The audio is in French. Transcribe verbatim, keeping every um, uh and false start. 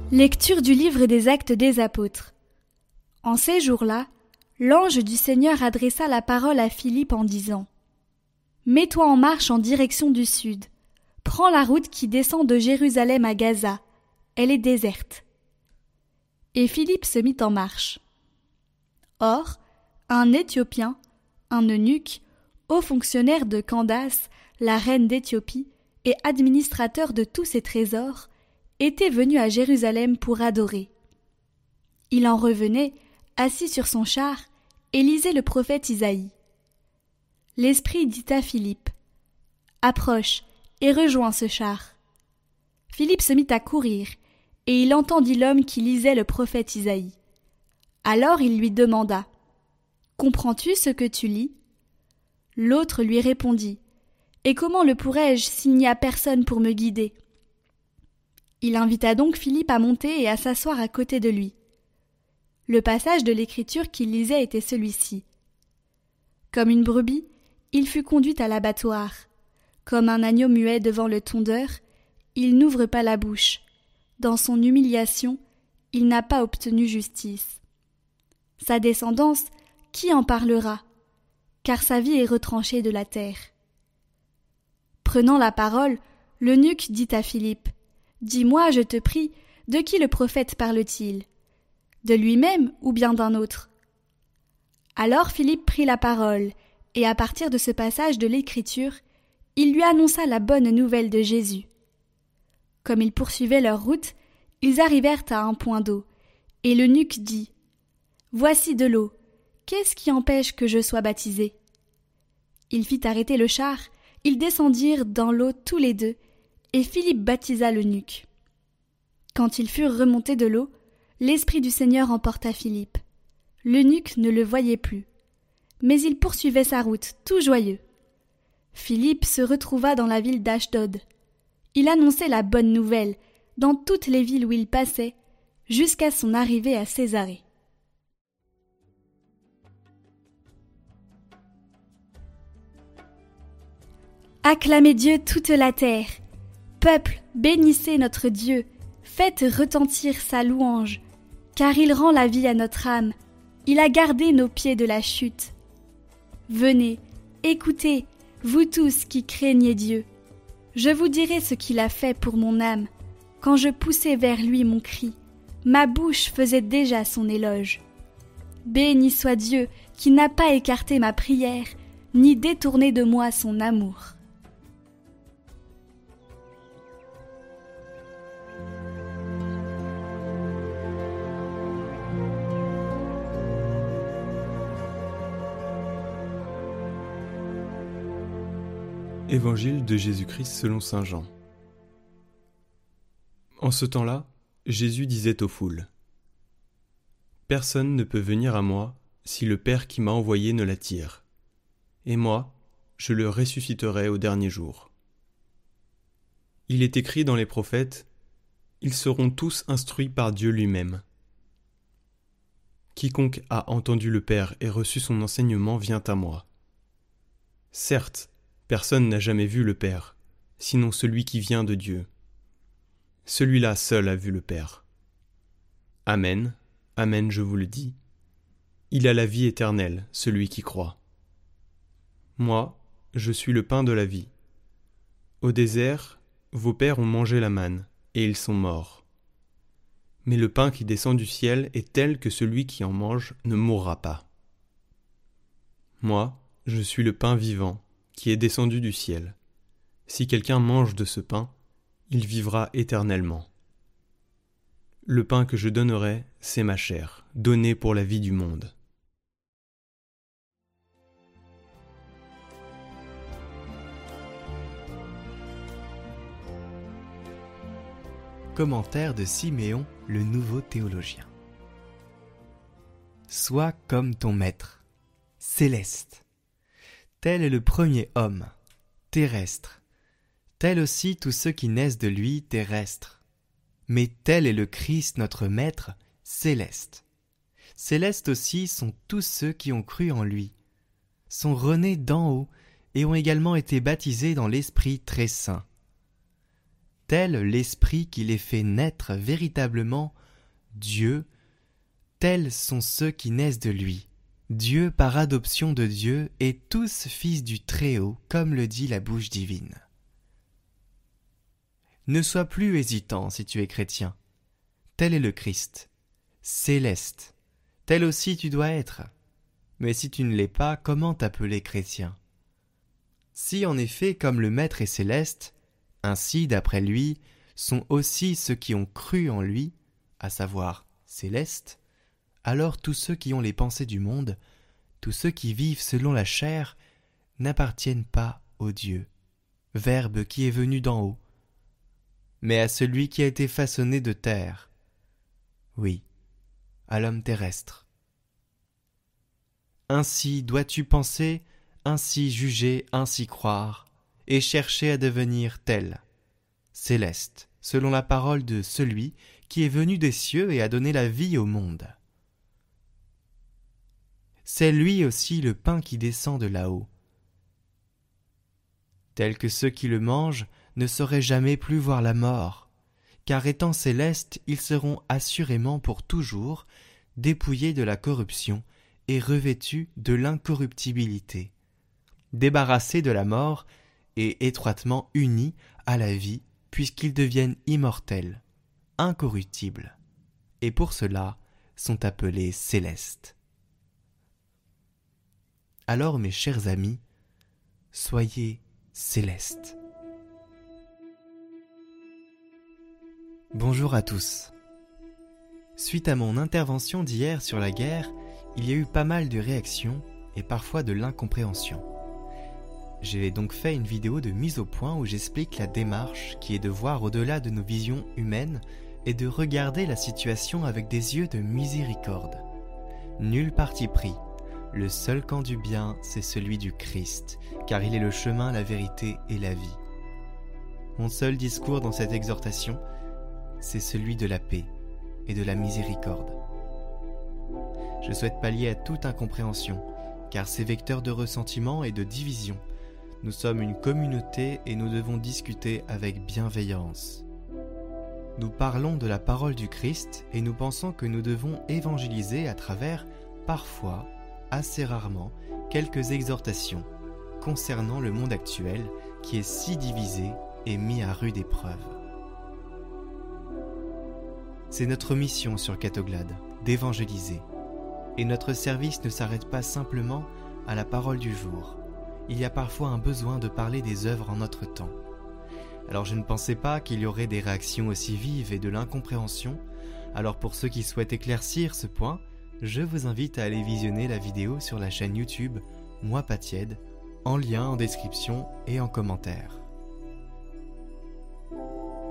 Lecture du livre des Actes des Apôtres. En ces jours-là, l'ange du Seigneur adressa la parole à Philippe en disant « Mets-toi en marche en direction du sud. Prends la route qui descend de Jérusalem à Gaza. Elle est déserte. » Et Philippe se mit en marche. Or, un Éthiopien, un eunuque, haut fonctionnaire de Candace, la reine d'Éthiopie, et administrateur de tous ses trésors, était venu à Jérusalem pour adorer. Il en revenait, assis sur son char, et lisait le prophète Isaïe. L'Esprit dit à Philippe « Approche et rejoins ce char. » Philippe se mit à courir, et il entendit l'homme qui lisait le prophète Isaïe. Alors il lui demanda « Comprends-tu ce que tu lis ?» L'autre lui répondit « Et comment le pourrais-je s'il n'y a personne pour me guider ?» Il invita donc Philippe à monter et à s'asseoir à côté de lui. Le passage de l'Écriture qu'il lisait était celui-ci. Comme une brebis, il fut conduit à l'abattoir. Comme un agneau muet devant le tondeur, il n'ouvre pas la bouche. Dans son humiliation, il n'a pas obtenu justice. Sa descendance, qui en parlera? Car sa vie est retranchée de la terre. Prenant la parole, l'eunuque dit à Philippe « Dis-moi, je te prie, de qui le prophète parle-t-il? De lui-même ou bien d'un autre ?» Alors Philippe prit la parole, et à partir de ce passage de l'Écriture, il lui annonça la bonne nouvelle de Jésus. Comme ils poursuivaient leur route, ils arrivèrent à un point d'eau, et l'eunuque dit « Voici de l'eau, qu'est-ce qui empêche que je sois baptisé ?» Il fit arrêter le char, ils descendirent dans l'eau tous les deux, et Philippe baptisa l'eunuque. Quand ils furent remontés de l'eau, l'Esprit du Seigneur emporta Philippe. L'eunuque ne le voyait plus, mais il poursuivait sa route, tout joyeux. Philippe se retrouva dans la ville d'Ashdod. Il annonçait la bonne nouvelle dans toutes les villes où il passait, jusqu'à son arrivée à Césarée. Acclamez Dieu toute la terre. Peuple, bénissez notre Dieu, faites retentir sa louange, car il rend la vie à notre âme, il a gardé nos pieds de la chute. Venez, écoutez, vous tous qui craignez Dieu. Je vous dirai ce qu'il a fait pour mon âme. Quand je poussais vers lui mon cri, ma bouche faisait déjà son éloge. Béni soit Dieu qui n'a pas écarté ma prière, ni détourné de moi son amour. Évangile de Jésus-Christ selon saint Jean. En ce temps-là, Jésus disait aux foules : « Personne ne peut venir à moi si le Père qui m'a envoyé ne l'attire. Et moi, je le ressusciterai au dernier jour. Il est écrit dans les prophètes : ils seront tous instruits par Dieu lui-même. Quiconque a entendu le Père et reçu son enseignement vient à moi. Certes, personne n'a jamais vu le Père, sinon celui qui vient de Dieu. Celui-là seul a vu le Père. Amen, amen, je vous le dis. Il a la vie éternelle, celui qui croit. Moi, je suis le pain de la vie. Au désert, vos pères ont mangé la manne, et ils sont morts. Mais le pain qui descend du ciel est tel que celui qui en mange ne mourra pas. Moi, je suis le pain vivant, qui est descendu du ciel. Si quelqu'un mange de ce pain, il vivra éternellement. Le pain que je donnerai, c'est ma chair, donnée pour la vie du monde. Commentaire de Siméon, le nouveau théologien. Sois comme ton maître, céleste. Tel est le premier homme, terrestre. Tel aussi tous ceux qui naissent de lui, terrestres. Mais tel est le Christ, notre Maître, céleste. Célestes aussi sont tous ceux qui ont cru en lui, sont renés d'en haut et ont également été baptisés dans l'Esprit très saint. tel l'Esprit qui les fait naître véritablement Dieu, tels sont ceux qui naissent de lui. Dieu par adoption de Dieu est tous fils du Très-Haut, comme le dit la bouche divine. Ne sois plus hésitant si tu es chrétien. Tel est le Christ, céleste. Tel aussi tu dois être. Mais si tu ne l'es pas, comment t'appeler chrétien? Si en effet, comme le Maître est céleste, ainsi, d'après lui, sont aussi ceux qui ont cru en lui, à savoir célestes, alors tous ceux qui ont les pensées du monde, tous ceux qui vivent selon la chair, n'appartiennent pas au Dieu, Verbe qui est venu d'en haut, mais à celui qui a été façonné de terre, oui, à l'homme terrestre. Ainsi dois-tu penser, ainsi juger, ainsi croire, et chercher à devenir tel, céleste, selon la parole de celui qui est venu des cieux et a donné la vie au monde. C'est lui aussi le pain qui descend de là-haut, tel que ceux qui le mangent ne sauraient jamais plus voir la mort, car étant célestes, ils seront assurément pour toujours dépouillés de la corruption et revêtus de l'incorruptibilité, débarrassés de la mort et étroitement unis à la vie, puisqu'ils deviennent immortels, incorruptibles, et pour cela sont appelés célestes. Alors, mes chers amis, soyez célestes. Bonjour à tous. Suite à mon intervention d'hier sur la guerre, il y a eu pas mal de réactions et parfois de l'incompréhension. J'ai donc fait une vidéo de mise au point où j'explique la démarche qui est de voir au-delà de nos visions humaines et de regarder la situation avec des yeux de miséricorde. Nul parti pris. Le seul camp du bien, c'est celui du Christ, car il est le chemin, la vérité et la vie. Mon seul discours dans cette exhortation, c'est celui de la paix et de la miséricorde. Je souhaite pallier à toute incompréhension, car c'est vecteur de ressentiment et de division. Nous sommes une communauté et nous devons discuter avec bienveillance. Nous parlons de la parole du Christ et nous pensons que nous devons évangéliser à travers, parfois, assez rarement, quelques exhortations concernant le monde actuel qui est si divisé et mis à rude épreuve. C'est notre mission sur Catoglade, d'évangéliser. Et notre service ne s'arrête pas simplement à la parole du jour. Il y a parfois un besoin de parler des œuvres en notre temps. Alors je ne pensais pas qu'il y aurait des réactions aussi vives et de l'incompréhension. Alors pour ceux qui souhaitent éclaircir ce point, je vous invite à aller visionner la vidéo sur la chaîne YouTube Moi Pas Tiède, en lien en description et en commentaire.